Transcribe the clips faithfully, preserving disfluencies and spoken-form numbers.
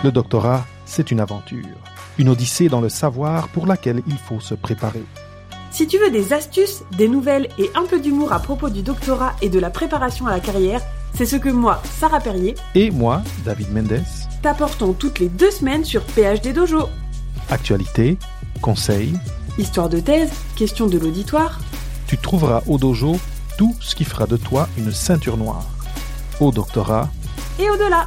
Le doctorat, c'est une aventure, une odyssée dans le savoir pour laquelle il faut se préparer. Si tu veux des astuces, des nouvelles et un peu d'humour à propos du doctorat et de la préparation à la carrière, c'est ce que moi, Sarah Perrier, et moi, David Mendes, t'apportons toutes les deux semaines sur P H D Dojo. Actualité, conseils, histoire de thèse, questions de l'auditoire. Tu trouveras au dojo tout ce qui fera de toi une ceinture noire. Au doctorat et au-delà.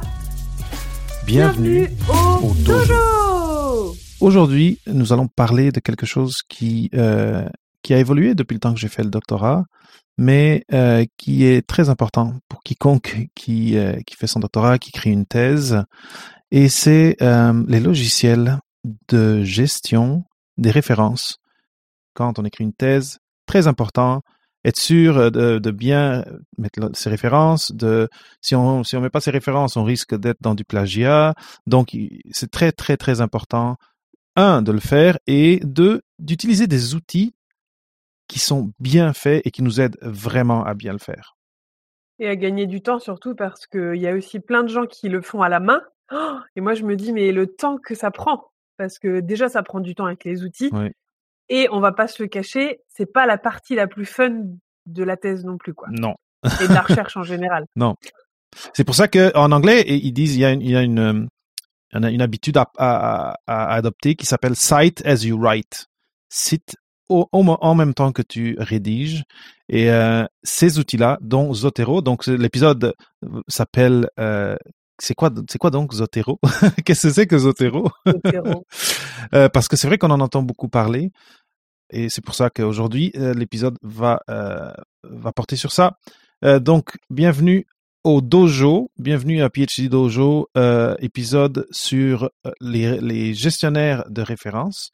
Bienvenue, Bienvenue au, au dojo. dojo. Aujourd'hui, nous allons parler de quelque chose qui, euh, qui a évolué depuis le temps que j'ai fait le doctorat, mais euh, qui est très important pour quiconque qui, euh, qui fait son doctorat, qui crée une thèse, et c'est euh, les logiciels de gestion des références. Quand on écrit une thèse, très important, être sûr de, de bien mettre ses références. De, si on si on met pas ses références, on risque d'être dans du plagiat. Donc, c'est très, très, très important, un, de le faire, et deux, d'utiliser des outils qui sont bien faits et qui nous aident vraiment à bien le faire. Et à gagner du temps surtout parce qu'il y a aussi plein de gens qui le font à la main. Oh, et moi, je me dis, mais le temps que ça prend, parce que déjà, ça prend du temps avec les outils. Oui. Et on va pas se le cacher, c'est pas la partie la plus fun de la thèse non plus, quoi. Non. Et de la recherche en général. Non. C'est pour ça que en anglais, ils disent il y a une, il y a une, une habitude à, à, à adopter qui s'appelle cite as you write. Cite au, au, en même temps que tu rédiges. Et euh, ces outils-là, dont Zotero, donc l'épisode s'appelle euh, c'est quoi, c'est quoi donc Zotero? Qu'est-ce que c'est que Zotero? Zotero. euh, parce que c'est vrai qu'on en entend beaucoup parler. Et c'est pour ça qu'aujourd'hui, euh, l'épisode va, euh, va porter sur ça. Euh, donc, bienvenue au Dojo, bienvenue à P H D Dojo, euh, épisode sur les, les gestionnaires de références.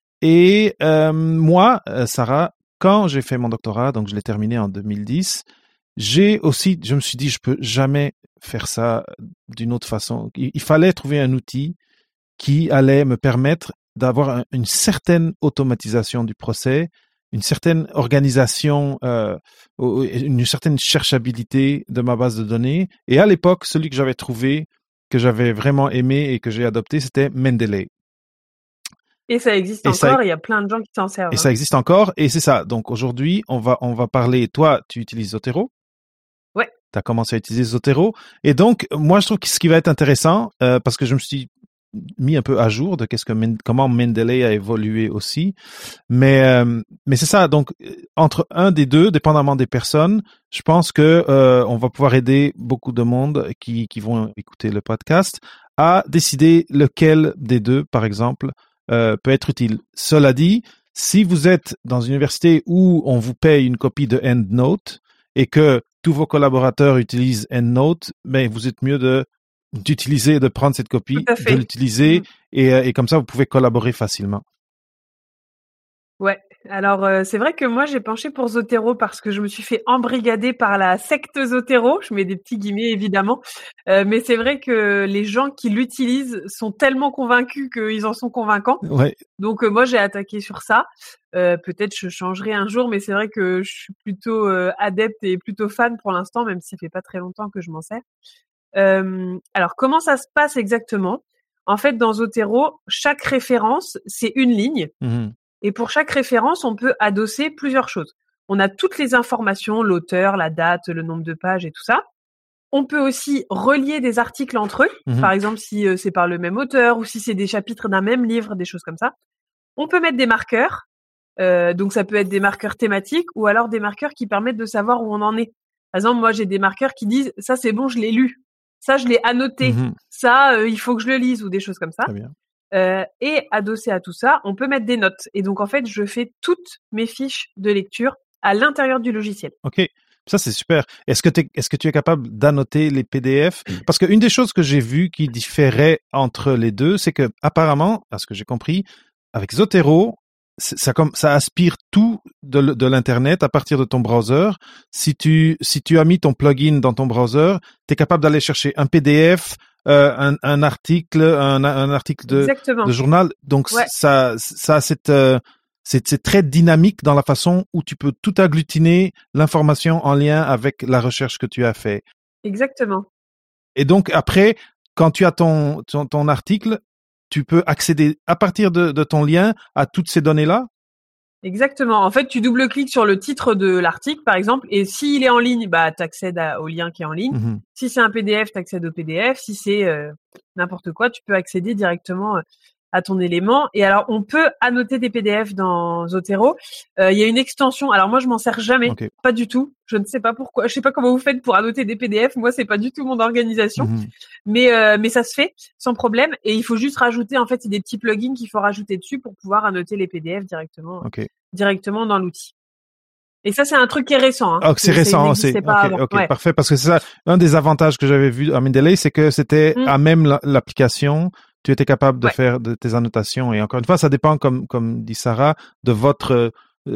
Et euh, moi, Sarah, quand j'ai fait mon doctorat, donc je l'ai terminé en deux mille dix, j'ai aussi, je me suis dit, je peux jamais faire ça d'une autre façon. Il, il fallait trouver un outil qui allait me permettre d'avoir un, une certaine automatisation du procès, une certaine organisation, euh, une certaine cherchabilité de ma base de données. Et à l'époque, celui que j'avais trouvé, que j'avais vraiment aimé et que j'ai adopté, c'était Mendeley. Et ça existe et encore, ça, il y a plein de gens qui s'en servent. Et hein. ça existe encore, et c'est ça. Donc aujourd'hui, on va, on va parler, toi, tu utilises Zotero. Ouais. Tu as commencé à utiliser Zotero. Et donc, moi, je trouve que ce qui va être intéressant, euh, parce que je me suis mis un peu à jour de qu'est-ce que comment Mendeley a évolué aussi, mais euh, mais c'est ça. Donc entre un des deux, dépendamment des personnes, je pense que euh, on va pouvoir aider beaucoup de monde qui qui vont écouter le podcast à décider lequel des deux, par exemple, euh, peut être utile. Cela dit, si vous êtes dans une université où on vous paye une copie de EndNote et que tous vos collaborateurs utilisent EndNote, ben vous êtes mieux de d'utiliser, de prendre cette copie, de l'utiliser, mmh. et, et comme ça, vous pouvez collaborer facilement. Ouais, alors euh, c'est vrai que moi, j'ai penché pour Zotero parce que je me suis fait embrigader par la secte Zotero, je mets des petits guillemets évidemment, euh, mais c'est vrai que les gens qui l'utilisent sont tellement convaincus qu'ils en sont convaincants. Ouais. Donc euh, moi, j'ai attaqué sur ça. Euh, peut-être je changerai un jour, mais c'est vrai que je suis plutôt euh, adepte et plutôt fan pour l'instant, même si ça fait pas très longtemps que je m'en sers. Euh, alors, comment ça se passe exactement? En fait, dans Zotero, chaque référence, c'est une ligne. Mmh. Et pour chaque référence, on peut adosser plusieurs choses. On a toutes les informations, l'auteur, la date, le nombre de pages et tout ça. On peut aussi relier des articles entre eux. Mmh. Par exemple, si euh, c'est par le même auteur ou si c'est des chapitres d'un même livre, des choses comme ça. On peut mettre des marqueurs. Euh, donc, ça peut être des marqueurs thématiques ou alors des marqueurs qui permettent de savoir où on en est. Par exemple, moi, j'ai des marqueurs qui disent « ça, c'est bon, je l'ai lu ». Ça, je l'ai annoté. Mmh. Ça, euh, il faut que je le lise ou des choses comme ça. Très bien. Euh, et adossé à tout ça, on peut mettre des notes. Et donc, en fait, je fais toutes mes fiches de lecture à l'intérieur du logiciel. OK. Ça, c'est super. Est-ce que, t'es, est-ce que tu es capable d'annoter les P D F? Parce qu'une des choses que j'ai vues qui différait entre les deux, c'est que apparemment, à ce que j'ai compris, avec Zotero, ça comme ça aspire tout de, de l'internet à partir de ton browser. Si tu si tu as mis ton plugin dans ton browser, tu es capable d'aller chercher un P D F, euh, un, un article, un, un article de, de journal. Donc ouais. ça ça c'est, euh, c'est c'est très dynamique dans la façon où tu peux tout agglutiner l'information en lien avec la recherche que tu as fait. Exactement. Et donc après quand tu as ton, ton, ton article, tu peux accéder à partir de, de ton lien à toutes ces données-là? Exactement. En fait, tu double-cliques sur le titre de l'article, par exemple, et s'il est en ligne, bah, t'accèdes à, au lien qui est en ligne. Mm-hmm. Si c'est un P D F, t'accèdes au P D F. Si c'est euh, n'importe quoi, tu peux accéder directement euh, à ton élément. Et alors, on peut annoter des P D F dans Zotero. Euh, il y a une extension. Alors moi, je m'en sers jamais, okay. pas du tout. Je ne sais pas pourquoi. Je sais pas comment vous faites pour annoter des P D F. Moi, c'est pas du tout mon organisation. Mm-hmm. Mais euh, mais ça se fait sans problème. Et il faut juste rajouter, en fait, c'est des petits plugins qu'il faut rajouter dessus pour pouvoir annoter les P D F directement. Okay. directement dans l'outil. Et ça, c'est un truc qui est récent. Hein. Oh, c'est, c'est récent, c'est pas ok, okay, ouais. Parfait, parce que c'est ça. Un des avantages que j'avais vu à Mendeley, c'est que c'était mm. à même l'application, tu étais capable de ouais. faire de tes annotations. Et encore une fois, ça dépend, comme comme dit Sarah, de votre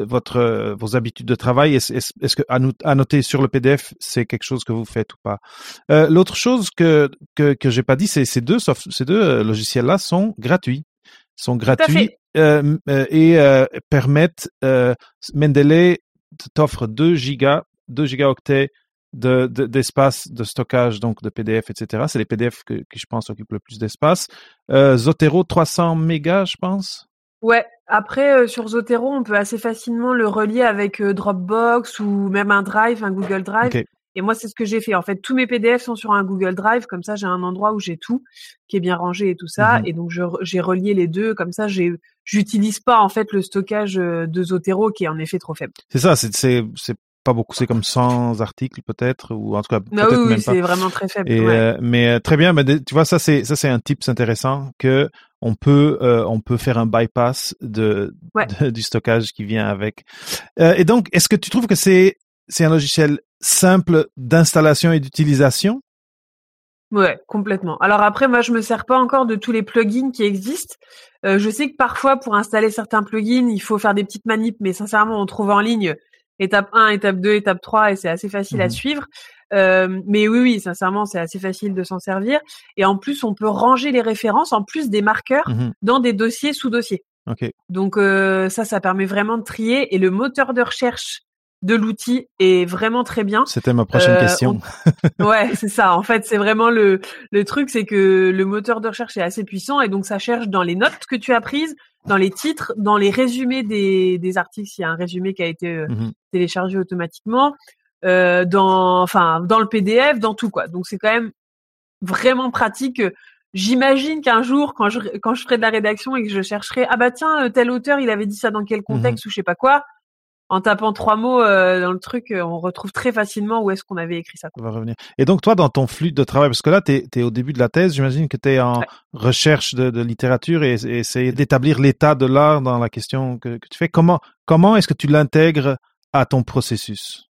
votre vos habitudes de travail. Est-ce, est-ce, est-ce que annoter sur le P D F, c'est quelque chose que vous faites ou pas? Euh, l'autre chose que que que j'ai pas dit, c'est ces deux soft, ces deux logiciels-là sont gratuits. sont gratuits euh, euh, et euh, permettent euh, Mendeley t'offre deux gigas, deux gigaoctets de, de d'espace de stockage, donc de P D F, et cetera. C'est les P D F que, qui je pense occupent le plus d'espace. Euh, Zotero trois cents mégas, je pense. Ouais. Après euh, sur Zotero, on peut assez facilement le relier avec euh, Dropbox ou même un Drive, un Google Drive. Okay. Et moi, c'est ce que j'ai fait. En fait, tous mes P D F sont sur un Google Drive. Comme ça, j'ai un endroit où j'ai tout qui est bien rangé et tout ça. Mmh. Et donc, je, j'ai relié les deux. Comme ça, j'ai, j'utilise pas, en fait, le stockage de Zotero qui est en effet trop faible. C'est ça. C'est, c'est, c'est pas beaucoup. C'est comme cent articles, peut-être, ou en tout cas, non, peut-être oui, même oui, pas. C'est vraiment très faible. Et, ouais. euh, mais euh, très bien. Mais tu vois, ça, c'est, ça, c'est un tips intéressant que on peut, euh, on peut faire un bypass de, ouais. de du stockage qui vient avec. Euh, et donc, est-ce que tu trouves que c'est, c'est un logiciel simple d'installation et d'utilisation? Ouais, complètement. Alors après, moi, je me sers pas encore de tous les plugins qui existent. Euh, je sais que parfois, pour installer certains plugins, il faut faire des petites manips, mais sincèrement, on trouve en ligne étape un, étape deux, étape trois, et c'est assez facile mmh. à suivre. Euh, mais oui, oui, sincèrement, c'est assez facile de s'en servir. Et en plus, on peut ranger les références, en plus des marqueurs, mmh. dans des dossiers sous dossiers. Okay. Donc euh, ça, ça permet vraiment de trier. Et le moteur de recherche de l'outil est vraiment très bien. C'était ma prochaine euh, question. On... Ouais, c'est ça. En fait, c'est vraiment le le truc, c'est que le moteur de recherche est assez puissant et donc ça cherche dans les notes que tu as prises, dans les titres, dans les résumés des des articles s'il y a un résumé qui a été euh, mm-hmm. téléchargé automatiquement, euh, dans enfin dans le P D F, dans tout quoi. Donc c'est quand même vraiment pratique. J'imagine qu'un jour, quand je quand je ferai de la rédaction et que je chercherai ah bah tiens tel auteur il avait dit ça dans quel contexte mm-hmm. ou je sais pas quoi. En tapant trois mots euh, dans le truc, euh, on retrouve très facilement où est-ce qu'on avait écrit ça. On va revenir. Et donc, toi, dans ton flux de travail, parce que là, tu es au début de la thèse, j'imagine que tu es en ouais. recherche de, de littérature et, et essayer d'établir l'état de l'art dans la question que, que tu fais. Comment, comment est-ce que tu l'intègres à ton processus?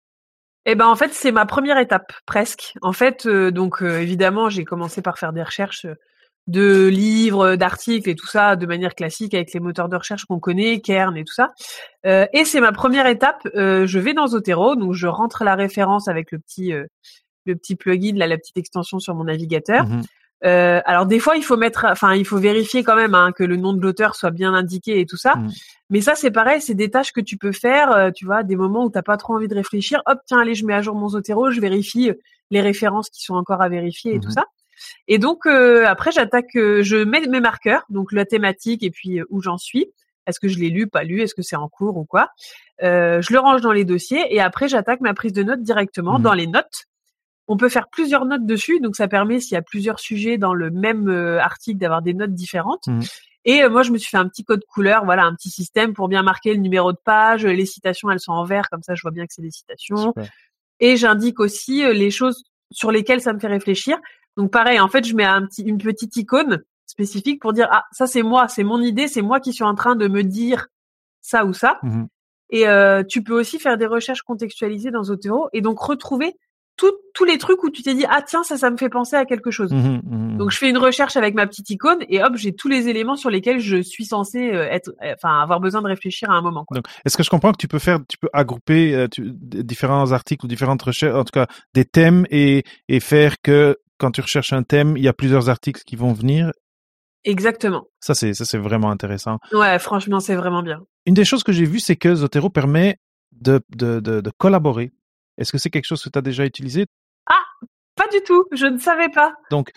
Eh ben, en fait, c'est ma première étape, presque. En fait, euh, donc, euh, évidemment, j'ai commencé par faire des recherches de livres, d'articles et tout ça de manière classique avec les moteurs de recherche qu'on connaît, Kern et tout ça. Euh, et c'est ma première étape. Euh, je vais dans Zotero, donc je rentre la référence avec le petit euh, le petit plugin, là, la petite extension sur mon navigateur. Mmh. Euh, alors des fois, il faut mettre, enfin, il faut vérifier quand même hein, que le nom de l'auteur soit bien indiqué et tout ça. Mmh. Mais ça, c'est pareil, c'est des tâches que tu peux faire. Euh, tu vois, des moments où t'as pas trop envie de réfléchir. Hop, tiens, allez, je mets à jour mon Zotero, je vérifie les références qui sont encore à vérifier et mmh. tout ça. Et donc euh, après j'attaque, euh, je mets mes marqueurs, donc la thématique et puis euh, où j'en suis. Est-ce que je l'ai lu, pas lu, est-ce que c'est en cours ou quoi. Euh, je le range dans les dossiers et après j'attaque ma prise de notes directement mmh. dans les notes. On peut faire plusieurs notes dessus, donc ça permet s'il y a plusieurs sujets dans le même euh, article d'avoir des notes différentes. Mmh. Et euh, moi je me suis fait un petit code couleur, voilà, un petit système pour bien marquer le numéro de page. Les citations elles sont en vert, comme ça je vois bien que c'est des citations. Super. Et j'indique aussi euh, les choses sur lesquelles ça me fait réfléchir. Donc pareil, en fait, je mets un petit, une petite icône spécifique pour dire ah ça c'est moi, c'est mon idée, c'est moi qui suis en train de me dire ça ou ça. Mmh. Et euh, tu peux aussi faire des recherches contextualisées dans Zotero et donc retrouver tous les trucs où tu t'es dit ah tiens ça ça me fait penser à quelque chose. Mmh, mmh. Donc je fais une recherche avec ma petite icône et hop j'ai tous les éléments sur lesquels je suis censé être, enfin avoir besoin de réfléchir à un moment. Quoi. Donc est-ce que je comprends que tu peux faire, tu peux agrouper euh, tu, différents articles ou différentes recherches, en tout cas des thèmes et et faire que quand tu recherches un thème, il y a plusieurs articles qui vont venir. Exactement. Ça, c'est, ça, c'est vraiment intéressant. Ouais, franchement, c'est vraiment bien. Une des choses que j'ai vues, c'est que Zotero permet de, de, de, de collaborer. Est-ce que c'est quelque chose que tu as déjà utilisé? Ah, pas du tout. Je ne savais pas. Donc,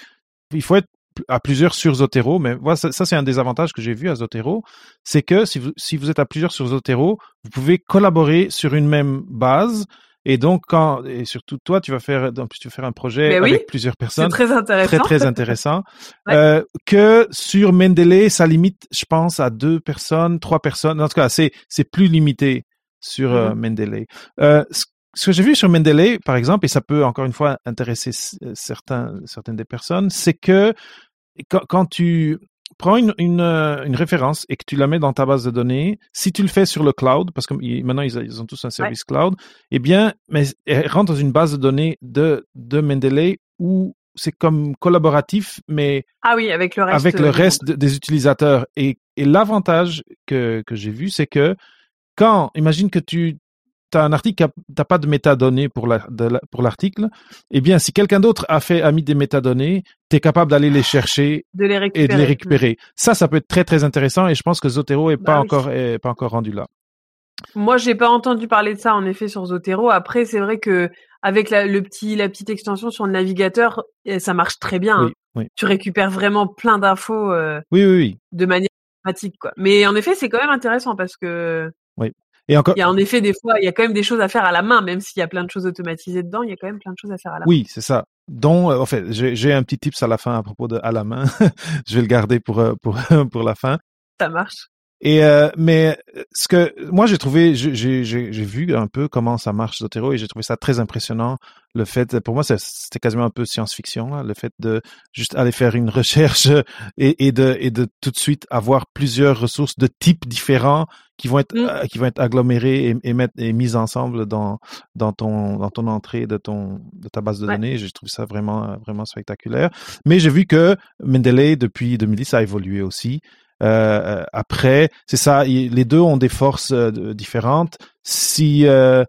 il faut être à plusieurs sur Zotero, mais voilà, ça, ça c'est un des avantages que j'ai vu à Zotero, c'est que si vous, si vous êtes à plusieurs sur Zotero, vous pouvez collaborer sur une même base. Et donc, quand, et surtout toi, tu vas faire, en plus, tu vas faire un projet Mais oui, avec plusieurs personnes. C'est très intéressant. Très, très intéressant. Ouais. euh, que sur Mendeley, ça limite, je pense, à deux personnes, trois personnes. En tout cas, c'est, c'est plus limité sur euh, Mhm. Mendeley. Euh, ce, ce que j'ai vu sur Mendeley, par exemple, et ça peut encore une fois intéresser certains, certaines des personnes, c'est que quand, quand tu prends une, une, une référence et que tu la mets dans ta base de données, si tu le fais sur le cloud, parce que maintenant ils, ils ont tous un service ouais. cloud, eh bien, mais elle rentre dans une base de données de, de Mendeley où c'est comme collaboratif, mais ah oui, avec le reste, avec le reste de, des utilisateurs. Et, et l'avantage que, que j'ai vu, c'est que quand, imagine que tu as un article, tu n'as pas de métadonnées pour, la, de la, pour l'article, eh bien, si quelqu'un d'autre a fait, a mis des métadonnées, tu es capable d'aller les chercher de les et de les récupérer. Ça, ça peut être très, très intéressant et je pense que Zotero est, bah pas, oui. encore, est pas encore rendu là. Moi, j'ai pas entendu parler de ça, en effet, sur Zotero. Après, c'est vrai que avec la, le petit, la petite extension sur le navigateur, ça marche très bien. Oui, hein. oui. Tu récupères vraiment plein d'infos euh, oui, oui, oui. de manière pratique, quoi. Mais en effet, c'est quand même intéressant parce que oui. Et encore... il y a en effet des fois, il y a quand même des choses à faire à la main, même s'il y a plein de choses automatisées dedans, il y a quand même plein de choses à faire à la oui, main. Oui, c'est ça. Donc, euh, en fait, j'ai, j'ai un petit tips à la fin à propos de à la main. Je vais le garder pour pour pour la fin. Ça marche. Et euh, mais ce que moi j'ai trouvé, j'ai j'ai j'ai vu un peu comment ça marche Zotero et j'ai trouvé ça très impressionnant. Le fait, pour moi, c'était quasiment un peu science-fiction, là, le fait de juste aller faire une recherche et, et de et de tout de suite avoir plusieurs ressources de types différents qui vont être mm. euh, qui vont être agglomérées et, et mettre et mises ensemble dans dans ton dans ton entrée de ton de ta base de ouais. données. J'ai trouvé ça vraiment vraiment spectaculaire. Mais j'ai vu que Mendeley depuis deux mille dix ça a évolué aussi. Euh, après, c'est ça, y, les deux ont des forces euh, différentes. Si, euh,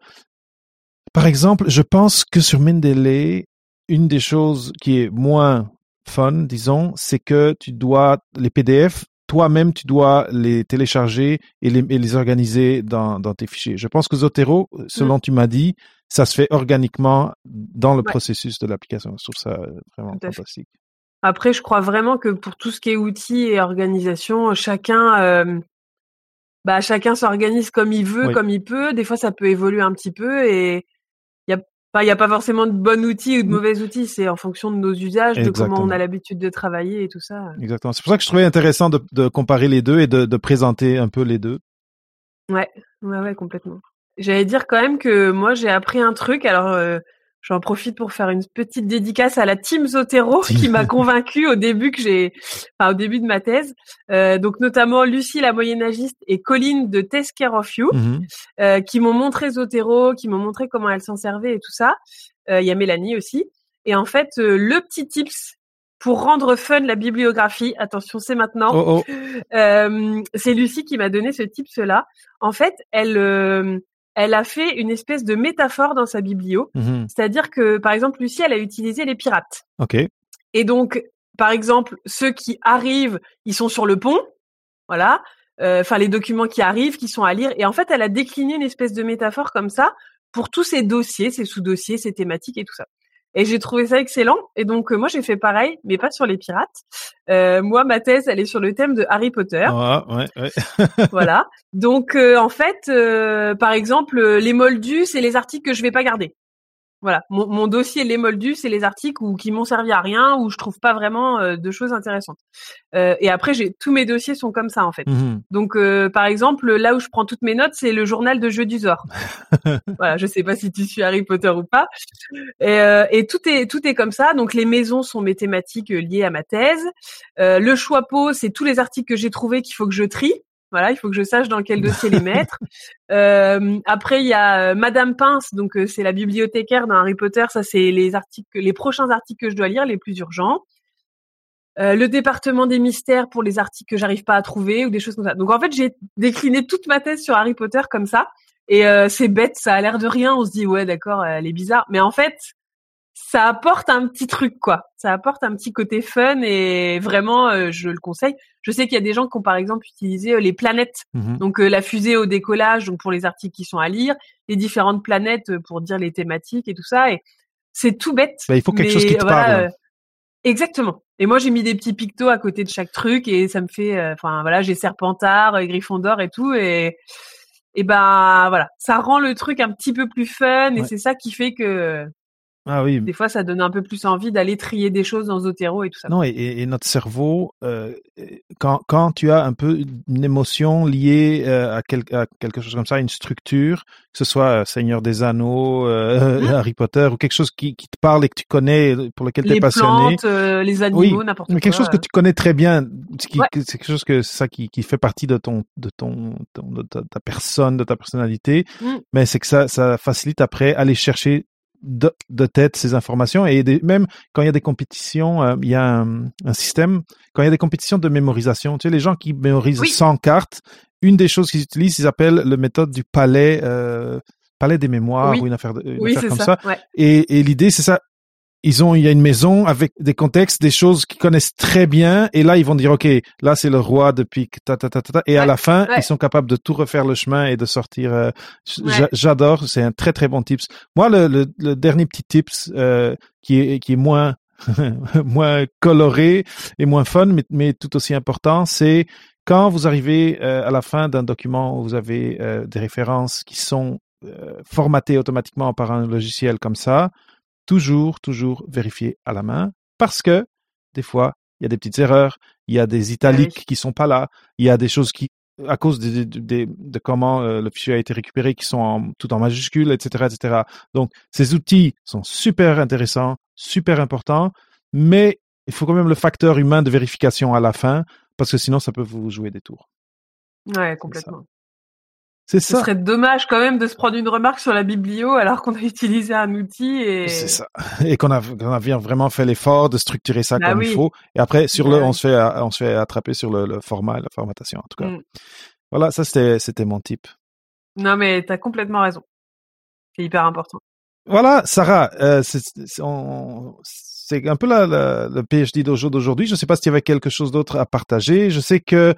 par exemple, je pense que sur Mendeley, une des choses qui est moins fun, disons, c'est que tu dois, les P D F, toi-même, tu dois les télécharger et les, et les organiser dans, dans tes fichiers. Je pense que Zotero, selon mmh. tu m'as dit, ça se fait organiquement dans le ouais. processus de l'application. Je trouve ça vraiment fantastique. Après, je crois vraiment que pour tout ce qui est outils et organisation, chacun, euh, bah, chacun s'organise comme il veut, oui. comme il peut. Des fois, ça peut évoluer un petit peu et il y a pas, il y a pas forcément de bons outils ou de mauvais outils. C'est en fonction de nos usages, Exactement. de comment on a l'habitude de travailler et tout ça. Exactement. C'est pour ça que je trouvais intéressant de, de comparer les deux et de, de présenter un peu les deux. Ouais, ouais, ouais, complètement. J'allais dire quand même que moi, j'ai appris un truc. Alors. Euh, J'en profite pour faire une petite dédicace à la team Zotero qui m'a convaincue au début que j'ai, enfin au début de ma thèse. Euh, donc notamment Lucie la moyenâgiste et Colline de Take Care of You mm-hmm. euh, qui m'ont montré Zotero, qui m'ont montré comment elles s'en servaient et tout ça. Il euh, y a Mélanie aussi. Et en fait, euh, le petit tips pour rendre fun la bibliographie, attention c'est maintenant. Oh oh. Euh, c'est Lucie qui m'a donné ce tips-là. En fait, elle euh, elle a fait une espèce de métaphore dans sa biblio. Mmh. C'est-à-dire que, par exemple, Lucie, elle a utilisé les pirates. OK. Et donc, par exemple, ceux qui arrivent, ils sont sur le pont. Voilà. Enfin, euh, les documents qui arrivent, qui sont à lire. Et en fait, elle a décliné une espèce de métaphore comme ça pour tous ces dossiers, ces sous-dossiers, ces thématiques et tout ça. Et j'ai trouvé ça excellent. Et donc, euh, moi, j'ai fait pareil, mais pas sur les pirates. Euh, moi, ma thèse, elle est sur le thème de Harry Potter. Ah, ouais, ouais. Voilà. Donc, euh, en fait, euh, par exemple, les moldus, c'est les articles que je vais pas garder. Voilà. Mon, mon dossier, les moldus, c'est les articles où, qui m'ont servi à rien, où je trouve pas vraiment euh, de choses intéressantes. Euh, et après, j'ai tous mes dossiers sont comme ça, en fait. Mm-hmm. Donc, euh, par exemple, là où je prends toutes mes notes, c'est le journal de Jeux du Zor. Voilà. Je sais pas si tu suis Harry Potter ou pas. Et, euh, et tout est tout est comme ça. Donc, les maisons sont mes thématiques liées à ma thèse. Euh, le choix-pot, c'est tous les articles que j'ai trouvés qu'il faut que je trie. Voilà, il faut que je sache dans quel dossier les mettre. Euh, après, il y a euh, Madame Pince, donc euh, c'est la bibliothécaire dans Harry Potter. Ça, c'est les articles, les prochains articles que je dois lire, les plus urgents. Euh, le département des mystères pour les articles que j'arrive pas à trouver ou des choses comme ça. Donc en fait, j'ai décliné toute ma thèse sur Harry Potter comme ça. Et euh, c'est bête, ça a l'air de rien. On se dit ouais, d'accord, elle est bizarre, mais en fait, ça apporte un petit truc, quoi. Ça apporte un petit côté fun et vraiment, euh, je le conseille. Je sais qu'il y a des gens qui ont, par exemple, utilisé euh, les planètes. Mm-hmm. Donc, euh, la fusée au décollage, donc pour les articles qui sont à lire, les différentes planètes pour dire les thématiques et tout ça. Et c'est tout bête. Bah, il faut quelque mais, chose qui te voilà, parle. Euh, Exactement. Et moi, j'ai mis des petits pictos à côté de chaque truc et ça me fait, enfin euh, voilà, j'ai Serpentard, Gryffondor et tout et et ben voilà, ça rend le truc un petit peu plus fun et ouais. c'est ça qui fait que ah oui. Des fois, ça donne un peu plus envie d'aller trier des choses dans Zotero et tout ça. Non, et, et notre cerveau, euh, quand, quand tu as un peu une émotion liée euh, à, quel, à quelque chose comme ça, une structure, que ce soit euh, Seigneur des Anneaux, euh, mmh. Harry Potter, ou quelque chose qui, qui te parle et que tu connais, pour lequel tu es passionné. Les plantes, euh, les animaux, oui, n'importe mais quoi. quelque chose que tu connais très bien, qui, ouais. c'est quelque chose que c'est ça qui, qui fait partie de ton, de ton, ton de ta, ta personne, de ta personnalité. Mmh. Mais c'est que ça, ça facilite après aller chercher De, de tête ces informations et des, même quand il y a des compétitions, euh, il y a un, un système, quand il y a des compétitions de mémorisation, tu sais, les gens qui mémorisent oui. cent cartes, une des choses qu'ils utilisent, ils appellent la méthode du palais, euh, palais des mémoires oui. ou une affaire, de, une oui, affaire comme ça. ça. Ouais. Et, et l'idée, c'est ça. Ils ont, il y a une maison avec des contextes, des choses qu'ils connaissent très bien, et là ils vont dire ok, là c'est le roi depuis ta ta ta ta, et ouais, à la fin ouais. ils sont capables de tout refaire le chemin et de sortir. Euh, ouais. J'adore, c'est un très très bon tips. Moi le, le, le dernier petit tips euh, qui est qui est moins moins coloré et moins fun, mais mais tout aussi important, c'est quand vous arrivez euh, à la fin d'un document où vous avez euh, des références qui sont euh, formatées automatiquement par un logiciel comme ça. Toujours, toujours vérifier à la main parce que des fois, il y a des petites erreurs, il y a des italiques oui. qui sont pas là, il y a des choses qui, à cause de, de, de, de comment euh, le fichier a été récupéré, qui sont en, tout en majuscules, et cetera, et cetera. Donc, ces outils sont super intéressants, super importants, mais il faut quand même le facteur humain de vérification à la fin parce que sinon, ça peut vous jouer des tours. Ouais, complètement. C'est ça. Ce serait dommage quand même de se prendre une remarque sur la biblio alors qu'on a utilisé un outil et. C'est ça. Et qu'on a, qu'on a vraiment fait l'effort de structurer ça bah comme oui. il faut. Et après, sur bah le, oui. on se fait, on se fait attraper sur le, le format et la formatation, en tout cas. Mm. Voilà, ça c'était, c'était mon type. Non, mais t'as complètement raison. C'est hyper important. Voilà, Sarah, euh, c'est, c'est, on, c'est un peu la, la, le P H D Dojo d'aujourd'hui. Je ne sais pas s'il y avait quelque chose d'autre à partager. Je sais que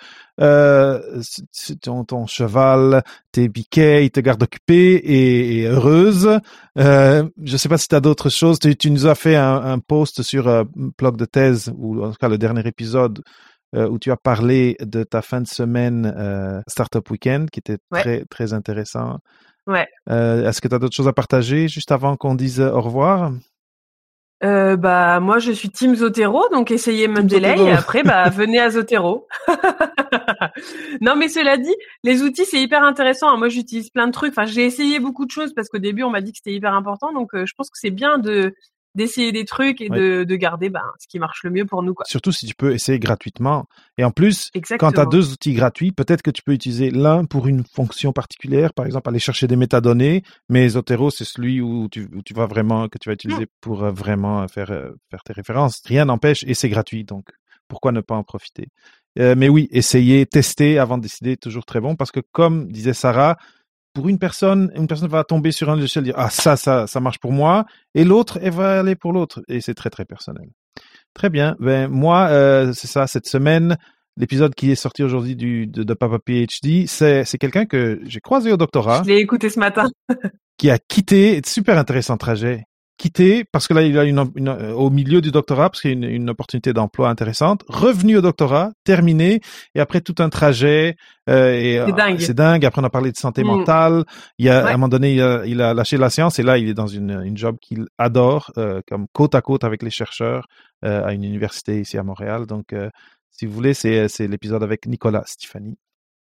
euh, ton, ton cheval, tes biquets, il te garde occupé et, et heureuse. Euh, je ne sais pas si tu as d'autres choses. Tu, tu nous as fait un, un post sur euh, Blog de thèse, ou en tout cas le dernier épisode, euh, où tu as parlé de ta fin de semaine euh, Startup Weekend, qui était ouais. très, très intéressant. Ouais. Euh, est-ce que tu as d'autres choses à partager juste avant qu'on dise au revoir? Euh, bah moi je suis Team Zotero, donc essayez Mendeley et après bah venez à Zotero. Non mais cela dit, les outils c'est hyper intéressant. Moi j'utilise plein de trucs. Enfin j'ai essayé beaucoup de choses parce qu'au début on m'a dit que c'était hyper important, donc euh, je pense que c'est bien de d'essayer des trucs et ouais. de, de garder ben, ce qui marche le mieux pour nous, quoi. Surtout si tu peux essayer gratuitement. Et en plus, Exactement. Quand tu as deux outils gratuits, peut-être que tu peux utiliser l'un pour une fonction particulière, par exemple aller chercher des métadonnées, mais Zotero, c'est celui où tu, où tu vas vraiment, que tu vas utiliser mmh. pour euh, vraiment faire, euh, faire tes références. Rien n'empêche et c'est gratuit, donc pourquoi ne pas en profiter? Euh, mais oui, essayer, tester avant de décider, toujours très bon, parce que comme disait Sarah, pour une personne, une personne va tomber sur un logiciel et dire « Ah, ça, ça, ça marche pour moi », et l'autre, elle va aller pour l'autre. Et c'est très, très personnel. Très bien. Ben, moi, euh, c'est ça, cette semaine, l'épisode qui est sorti aujourd'hui du, de, de Papa P H D, c'est, c'est quelqu'un que j'ai croisé au doctorat. Je l'ai écouté ce matin. Qui a quitté, super intéressant trajet, quitté, parce que là, il a une, une, au milieu du doctorat, parce qu'il y a une, une opportunité d'emploi intéressante, revenu au doctorat, terminé, et après tout un trajet, euh, et, c'est dingue. C'est dingue. Après, on a parlé de santé mmh. mentale. Il y a, ouais. à un moment donné, il a, il a lâché la science, et là, il est dans une, une job qu'il adore, euh, comme côte à côte avec les chercheurs, euh, à une université ici à Montréal. Donc, euh, si vous voulez, c'est, c'est l'épisode avec Nicolas Stéphanie.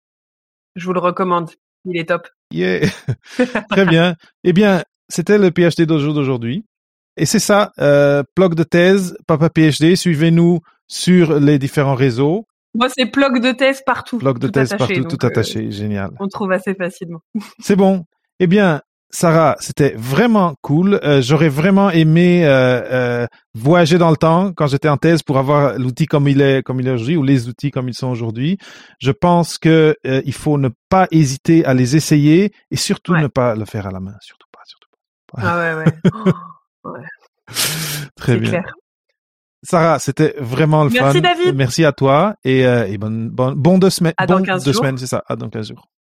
Je vous le recommande. Il est top. Yeah. Très bien. Eh bien, c'était le P H D Dojo d'aujourd'hui. Et c'est ça, euh, blog de thèse, Papa P H D. Suivez-nous sur les différents réseaux. Moi, c'est blog de thèse partout. Blog de tout thèse attaché, partout, donc, tout attaché. Euh, Génial. On trouve assez facilement. C'est bon. Eh bien, Sarah, c'était vraiment cool. Euh, j'aurais vraiment aimé euh, euh, voyager dans le temps quand j'étais en thèse pour avoir l'outil comme il est, comme il est aujourd'hui, ou les outils comme ils sont aujourd'hui. Je pense que euh, il faut ne pas hésiter à les essayer et surtout ouais. ne pas le faire à la main. Surtout pas, surtout pas. Ah ouais, ouais. Oh, ouais. Très C'est bien. Clair. Sarah, c'était vraiment le Merci fun. David. Merci à toi et, euh, et bon, bon, bon deux semaines. À bon dans quinze deux jours. semaines, c'est ça. À dans quinze jours.